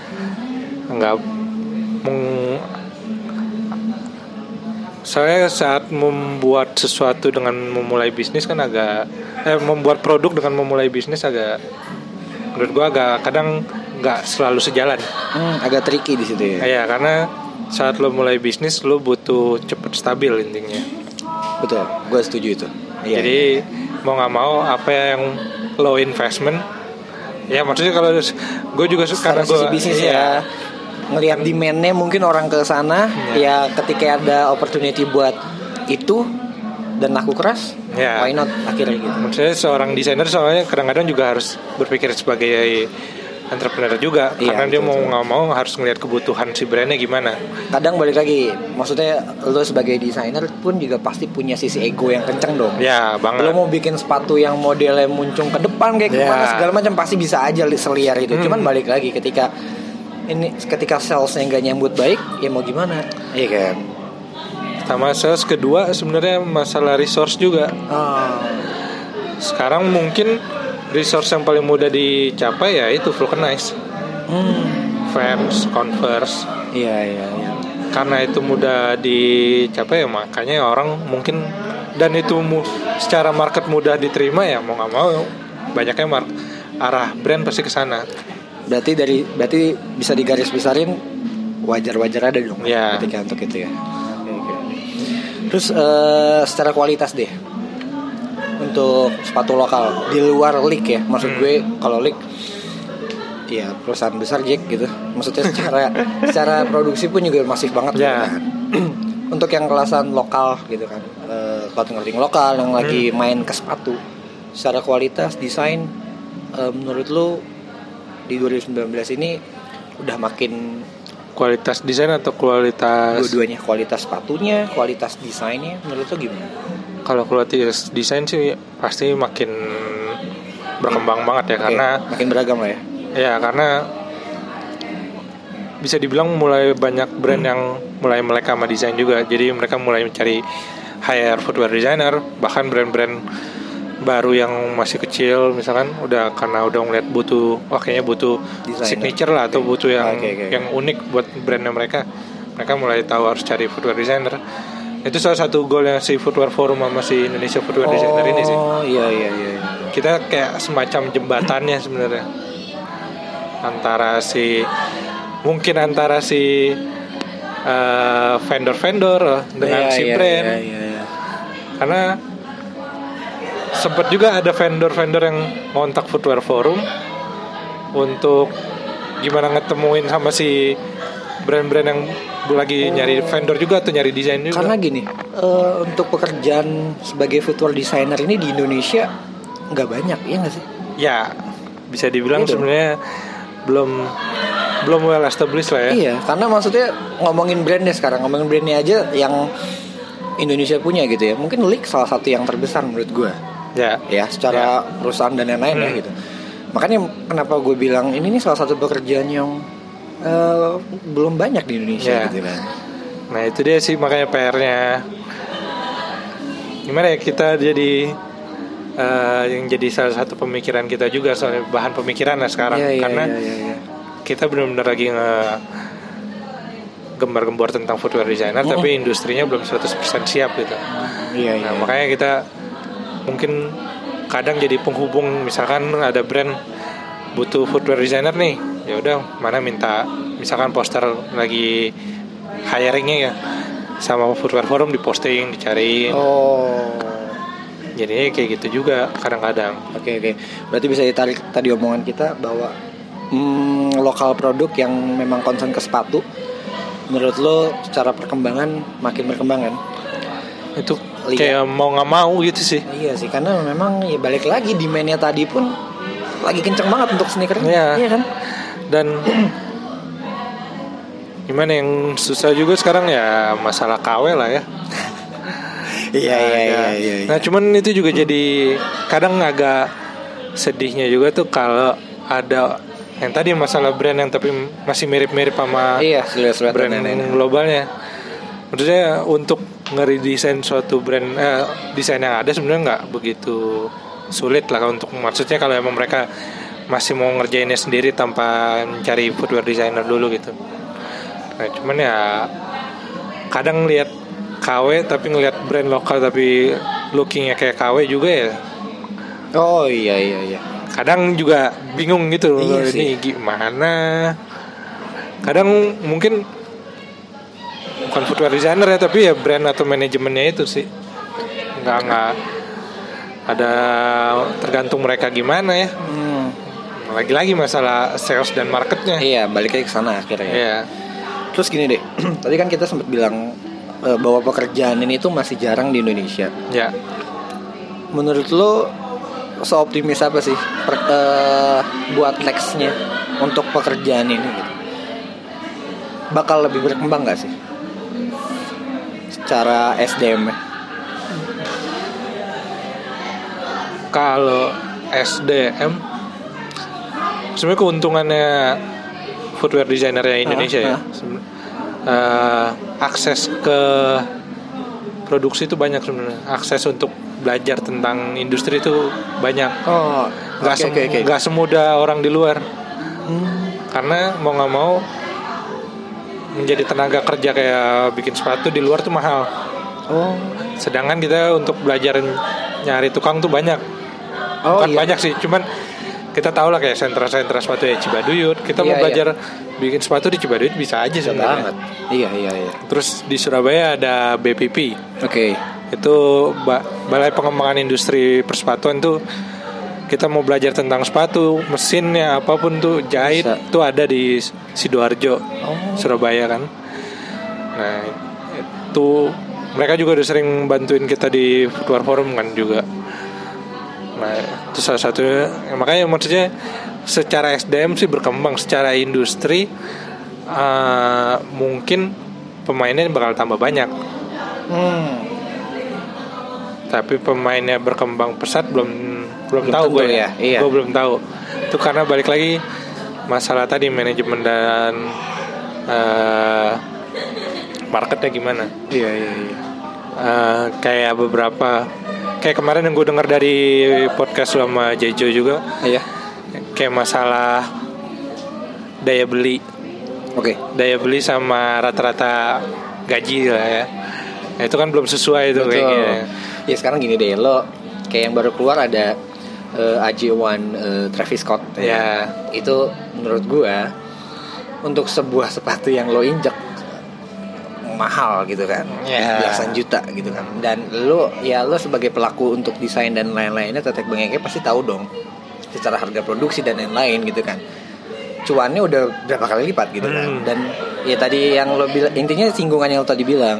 saya saat membuat sesuatu dengan memulai bisnis kan membuat produk dengan memulai bisnis menurut gue kadang nggak selalu sejalan. Agak tricky di situ ya. Iya, karena saat lo mulai bisnis lo butuh cepet stabil intinya. Betul, gue setuju itu. Jadi mau nggak mau apa yang low investment, ya maksudnya kalau gue juga suka karena gue bisnis ya ngelihat demand-nya, mungkin orang ke sana ya ketika ada opportunity buat itu dan laku keras, why not akhirnya gitu. Maksudnya seorang desainer soalnya kadang-kadang juga harus berpikir sebagai entrepreneur juga, karena dia mau nggak mau harus ngelihat kebutuhan si brandnya gimana. Kadang balik lagi, maksudnya lo sebagai desainer pun juga pasti punya sisi ego yang kenceng dong. Ya banget. Lo mau bikin sepatu yang modelnya muncung ke depan kayak gimana segala macam, pasti bisa aja seliar itu. Cuman balik lagi ketika salesnya nggak nyambut baik, ya mau gimana? Iya kan. Sama sales kedua sebenarnya masalah resource juga. Sekarang mungkin resource yang paling mudah dicapai ya itu vulcanize, Vans, Converse. Iya. Karena itu mudah dicapai ya makanya orang mungkin, dan itu secara market mudah diterima ya mau nggak mau banyaknya arah brand pasti ke sana. Berarti bisa digaris besarin wajar-wajar ada dong ketika untuk itu ya. Okay. Terus secara kualitas deh, untuk sepatu lokal di luar league ya, maksud gue kalau league ya perusahaan besar Jack gitu, maksudnya secara produksi pun juga masif banget gitu kan. Untuk yang kelasan lokal gitu kan, clothing lokal yang lagi main ke sepatu, secara kualitas desain, menurut lo di 2019 ini udah makin kualitas desain atau kualitas dua-duanya, kualitas sepatunya, kualitas desainnya, menurut lo gimana? Kalau kualitas desain sih pasti makin berkembang banget ya, karena makin beragam lah ya. Ya karena bisa dibilang mulai banyak brand yang mulai melek sama desain juga. Jadi mereka mulai mencari hire footwear designer, bahkan brand-brand baru yang masih kecil misalkan karena udah ngeliat kayaknya butuh designer, signature lah atau butuh yang unik buat brandnya mereka mulai tahu harus cari footwear designer. Itu salah satu goalnya si Footwear Forum sama si Indonesia Footwear Designer ini sih. Oh iya. Kita kayak semacam jembatannya sebenarnya antara si vendor-vendor dengan si brand. Iya. Karena sempat juga ada vendor-vendor yang ngontak Footwear Forum untuk gimana ngetemuin sama si brand-brand yang lagi nyari vendor juga atau nyari desain juga. Karena gini, untuk pekerjaan sebagai footwear designer ini di Indonesia nggak banyak, ya nggak sih? Ya, bisa dibilang sebenarnya belum well established lah ya. Iya, karena maksudnya ngomongin brandnya aja yang Indonesia punya gitu ya. Mungkin Lik salah satu yang terbesar menurut gue. Ya, secara perusahaan dan lain-lain ya gitu. Makanya kenapa gue bilang ini nih salah satu pekerjaan yang belum banyak di Indonesia gitu kan. Nah itu dia sih makanya PR-nya. Gimana ya kita jadi yang jadi salah satu pemikiran kita juga, soalnya bahan pemikiran lah sekarang. Karena kita benar-benar lagi gembar-gembor tentang footwear designer, tapi industrinya belum 100% siap gitu. Nah makanya kita mungkin kadang jadi penghubung, misalkan ada brand butuh footwear designer nih, ya udah mana minta misalkan poster lagi hiringnya ya sama Footwear Forum diposting, dicariin. Jadinya kayak gitu juga kadang-kadang. Oke. Berarti bisa ditarik tadi omongan kita bahwa lokal produk yang memang concern ke sepatu, menurut lo secara perkembangan makin berkembang kan? Itu kayak mau nggak mau gitu sih. Iya sih, karena memang ya balik lagi demand-nya tadi pun lagi kenceng banget untuk sneakernya. Iya kan? Dan gimana yang susah juga sekarang ya masalah KW lah ya. Iya. Nah cuman itu juga jadi kadang agak sedihnya juga tuh kalau ada yang tadi masalah brand yang tapi masih mirip-mirip sama brand globalnya. Maksudnya untuk ngeredesain suatu brand desain yang ada sebenarnya nggak begitu sulit lah untuk, maksudnya kalau emang mereka masih mau ngerjainnya sendiri tanpa mencari footwear designer dulu gitu. Nah cuman ya kadang lihat KW tapi ngelihat brand lokal tapi lookingnya kayak KW juga ya. Oh iya. Kadang juga bingung gitu loh, ini gimana. Kadang mungkin bukan footwear designer ya, tapi ya brand atau manajemennya itu sih nggak ada, tergantung mereka gimana ya. Lagi-lagi masalah sales dan marketnya. Iya, balik lagi ke sana akhirnya. Iya. Terus gini deh, tadi kan kita sempat bilang bahwa pekerjaan ini tuh masih jarang di Indonesia. Ya. Menurut lo seoptimis apa sih buat nextnya untuk pekerjaan ini gitu? Bakal lebih berkembang nggak sih secara SDM? Kalau SDM sebenarnya keuntungannya footwear designernya Indonesia ya. Akses ke produksi itu banyak sebenarnya. Akses untuk belajar tentang industri itu banyak. Nggak semudah orang di luar. Karena mau nggak mau menjadi tenaga kerja kayak bikin sepatu di luar tuh mahal. Sedangkan kita untuk belajar nyari tukang tuh banyak. Banyak sih, cuman kita tahu lah kayak sentra-sentra sepatu ya Cibaduyut. Kita mau belajar bikin sepatu di Cibaduyut bisa aja sebenarnya. Iya. Terus di Surabaya ada BPP. Oke. Itu Balai Pengembangan Industri Persepatuan tuh. Kita mau belajar tentang sepatu, mesinnya apapun tuh, jahit tuh ada di Sidoarjo, Surabaya kan. Nah itu mereka juga udah sering bantuin kita di Footwear Forum kan juga. Nah itu salah satunya. Makanya maksudnya secara SDM sih berkembang, secara industri mungkin pemainnya bakal tambah banyak. Tapi pemainnya berkembang pesat belum tahu gue ya. Gue belum tahu. Itu karena balik lagi masalah tadi manajemen dan marketnya gimana. Iya. Kayak kayak kemarin yang gue dengar dari podcast sama Jejo juga. Iya. Kayak masalah daya beli. Oke. Daya beli sama rata-rata gaji lah ya. Nah, itu kan belum sesuai itu kayaknya. Ya sekarang gini deh, lo kayak yang baru keluar ada AJ1 Travis Scott. Ya. Itu menurut gua untuk sebuah sepatu yang lo injek mahal gitu kan, belasan juta gitu kan. Dan lo sebagai pelaku untuk desain dan lain-lainnya, tetek bengeknya pasti tahu dong secara harga produksi dan lain-lain gitu kan. Cuannya udah berapa kali lipat gitu kan. Dan ya tadi yang lo bilang, intinya singgungan yang lo tadi bilang,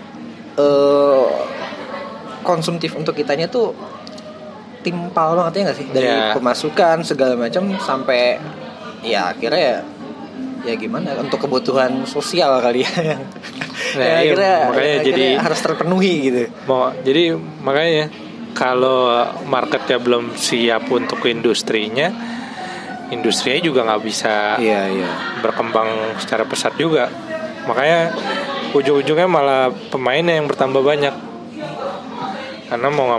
konsumtif untuk kitanya tuh timpal banget ya nggak sih, dari pemasukan segala macam sampai ya akhirnya ya gimana untuk kebutuhan sosial kali ya. Makanya jadi harus terpenuhi gitu. Jadi makanya kalau marketnya belum siap untuk industrinya juga nggak bisa berkembang secara pesat juga. Makanya ujung-ujungnya malah pemainnya yang bertambah banyak. Karena mau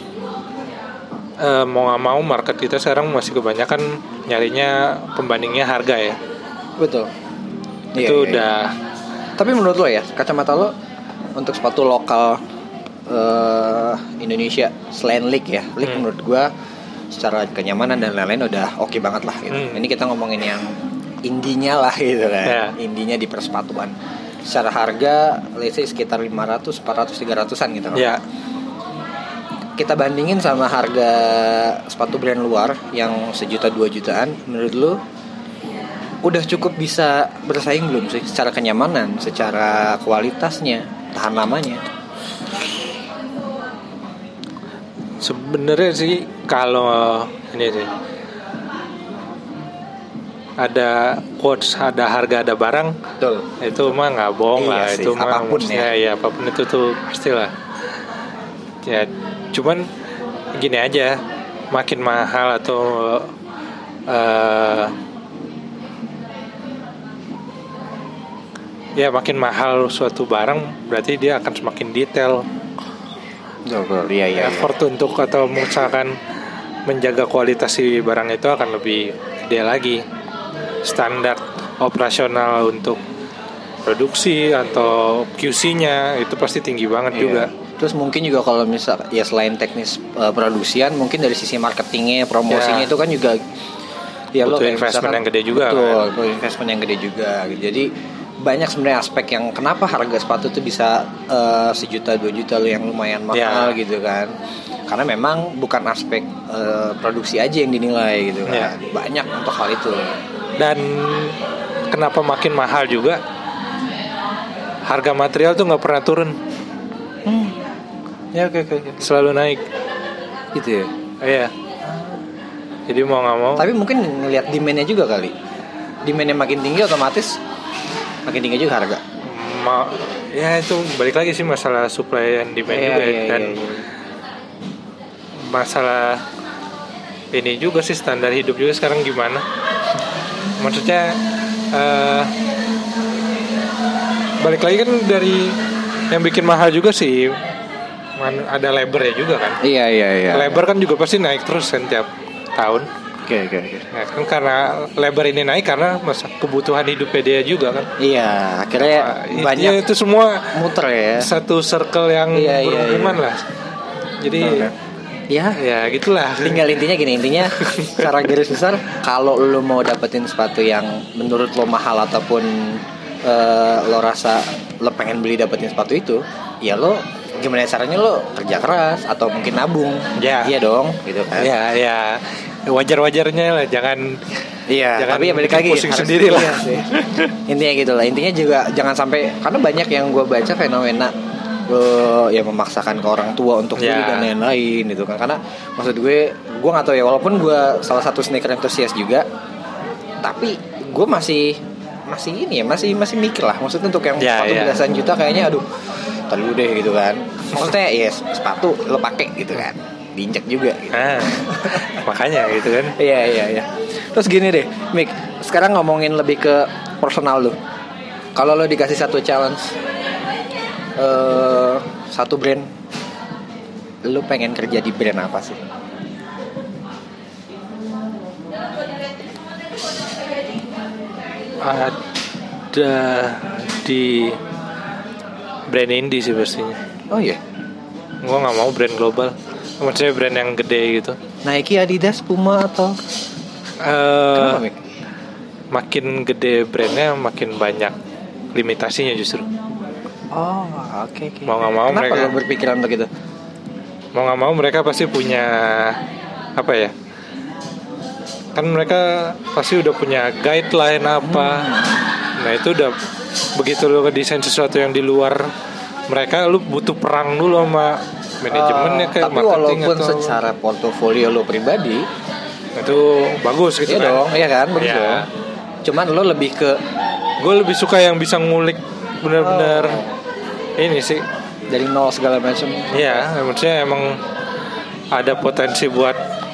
nggak mau market kita sekarang masih kebanyakan nyarinya pembandingnya harga ya. Betul. Itu udah. Tapi menurut lo ya, kacamata lo untuk sepatu lokal Indonesia selain League ya, League menurut gua secara kenyamanan dan lain-lain udah oke banget lah gitu. Ini kita ngomongin yang indinya lah gitu kan. Indinya di persepatuan. Secara harga let's say sekitar 500, 400, 300-an gitu kan. Ya. Kita bandingin sama harga sepatu brand luar yang 1 juta 2 jutaan, menurut lu udah cukup bisa bersaing belum sih secara kenyamanan, secara kualitasnya, tahan lamanya? Sebenarnya sih kalau ini sih ada quotes, ada harga, ada barang. Betul. Itu mah nggak bohong lah. Sih, itu mah apapun ya apapun itu tuh pastilah. Ya cuman gini aja, makin mahal atau ya makin mahal suatu barang berarti dia akan semakin detail. Effort untuk atau misalkan menjaga kualitas si barang itu akan lebih gede lagi. Standar operasional untuk produksi atau QC-nya itu pasti tinggi banget juga. Terus mungkin juga kalau misal ya selain teknis produksian, mungkin dari sisi marketingnya, promosinya itu kan juga ya butuh investment yang gede juga. Betul, kan? Investment yang gede juga. Jadi banyak sebenarnya aspek yang kenapa harga sepatu itu bisa 1 juta 2 juta yang lumayan mahal gitu kan. Karena memang bukan aspek produksi aja yang dinilai gitu kan. Banyak untuk hal itu. Dan kenapa makin mahal juga? Harga material tuh nggak pernah turun. Ya oke. Selalu naik. Gitu ya. Iya. Jadi mau nggak mau. Tapi mungkin ngelihat demand-nya juga kali. Demand-nya makin tinggi otomatis makin tinggi juga harga. Ya itu balik lagi sih masalah supply and demand juga dan masalah ini juga sih standar hidup juga sekarang gimana. Maksudnya balik lagi kan dari yang bikin mahal juga sih ada labor ya juga kan. Iya. Labor kan juga pasti naik terus kan tiap tahun. Oke. Nah, kan karena labor ini naik karena masa kebutuhan hidupnya dia juga kan. Iya, akhirnya banyak itu semua muter ya. Satu circle yang berhubungan lah. Jadi ya gitulah. Tinggal intinya secara garis besar kalau lo mau dapetin sepatu yang menurut lo mahal ataupun lo rasa lo pengen beli dapetin sepatu itu, ya lo gimana caranya lo kerja keras atau mungkin nabung. Iya dong gitu kan. Iya. Wajar-wajarnya lah, jangan tapi ya balik lagi pusing sendiri lah. Intinya gitu lah. Intinya juga jangan sampai, karena banyak yang gue baca fenomena ya memaksakan ke orang tua untuk beli dan lain-lain gitu kan. Karena maksud gue nggak tahu ya, walaupun gue salah satu sneaker enthusiast juga, tapi gue masih masih mikir lah. Maksudnya untuk yang sepatu belasan juta kayaknya aduh terlalu deh gitu kan. Maksudnya ya sepatu lo pakai gitu kan, diinjak juga gitu. Makanya gitu kan. Iya. Terus gini deh, Mik, sekarang ngomongin lebih ke personal lo. Kalau lo dikasih satu challenge, satu brand, lo pengen kerja di brand apa sih? Ada di brand indie sih pastinya. Oh iya. Gue nggak mau brand global. Maksudnya brand yang gede gitu. Nike, Adidas, Puma atau kenapa, Mik? Makin gede brandnya makin banyak limitasinya justru. Oh, oke. Mau nggak mau kenapa mereka. lo berpikiran begitu? Mau nggak mau mereka pasti punya apa ya? Kan mereka pasti udah punya guideline apa. Nah itu udah begitu lo ngedesain sesuatu yang di luar mereka, lu butuh perang dulu sama manajemennya kayak tapi marketing walaupun atau secara portofolio lo pribadi itu bagus gitu iya kan. dong, iya kan, bagus Iya. dong. Cuman lo lebih ke Gue lebih suka yang bisa ngulik benar-benar ini sih. dari nol segala macam. Iya, maksudnya emang ada potensi buat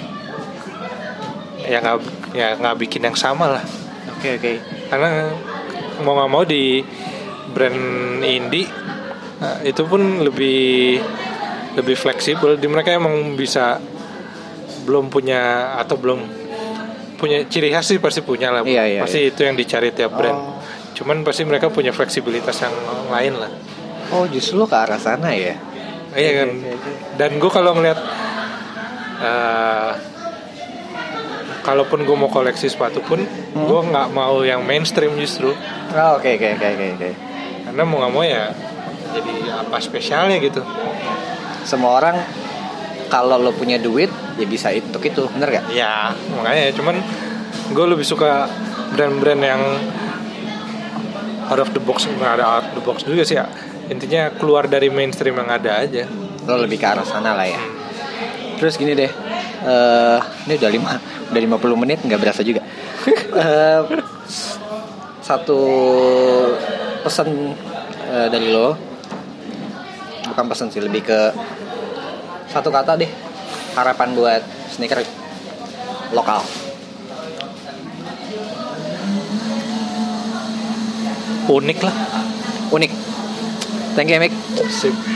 ya nggak bikin yang sama lah. Oke. Karena mau nggak mau di brand indie itu pun lebih fleksibel. Di mereka emang bisa belum punya ciri khas sih, pasti punya lah. Iya. Pasti itu yang dicari tiap brand. Cuman pasti mereka punya fleksibilitas yang lain lah. Oh, justru lo ke arah sana ya? Iya kan. Dan gue kalau ngeliat kalaupun gue mau koleksi sepatu pun gue nggak mau yang mainstream justru. Oh, oke. Karena mau nggak mau ya jadi apa spesialnya gitu. Semua orang kalau lo punya duit ya bisa untuk itu, bener gak? Ya makanya cuman gue lebih suka brand-brand yang out of the box. Nggak ada out of the box juga sih ya. Intinya keluar dari mainstream yang ada aja. Lo lebih ke arah sana lah ya. Terus gini deh, ini udah 50 menit, nggak berasa juga. Satu pesan dari lo, bukan pesan sih, lebih ke satu kata deh, harapan buat sneaker lokal. Unik lah. Unik. Thank you, Mik. Sip.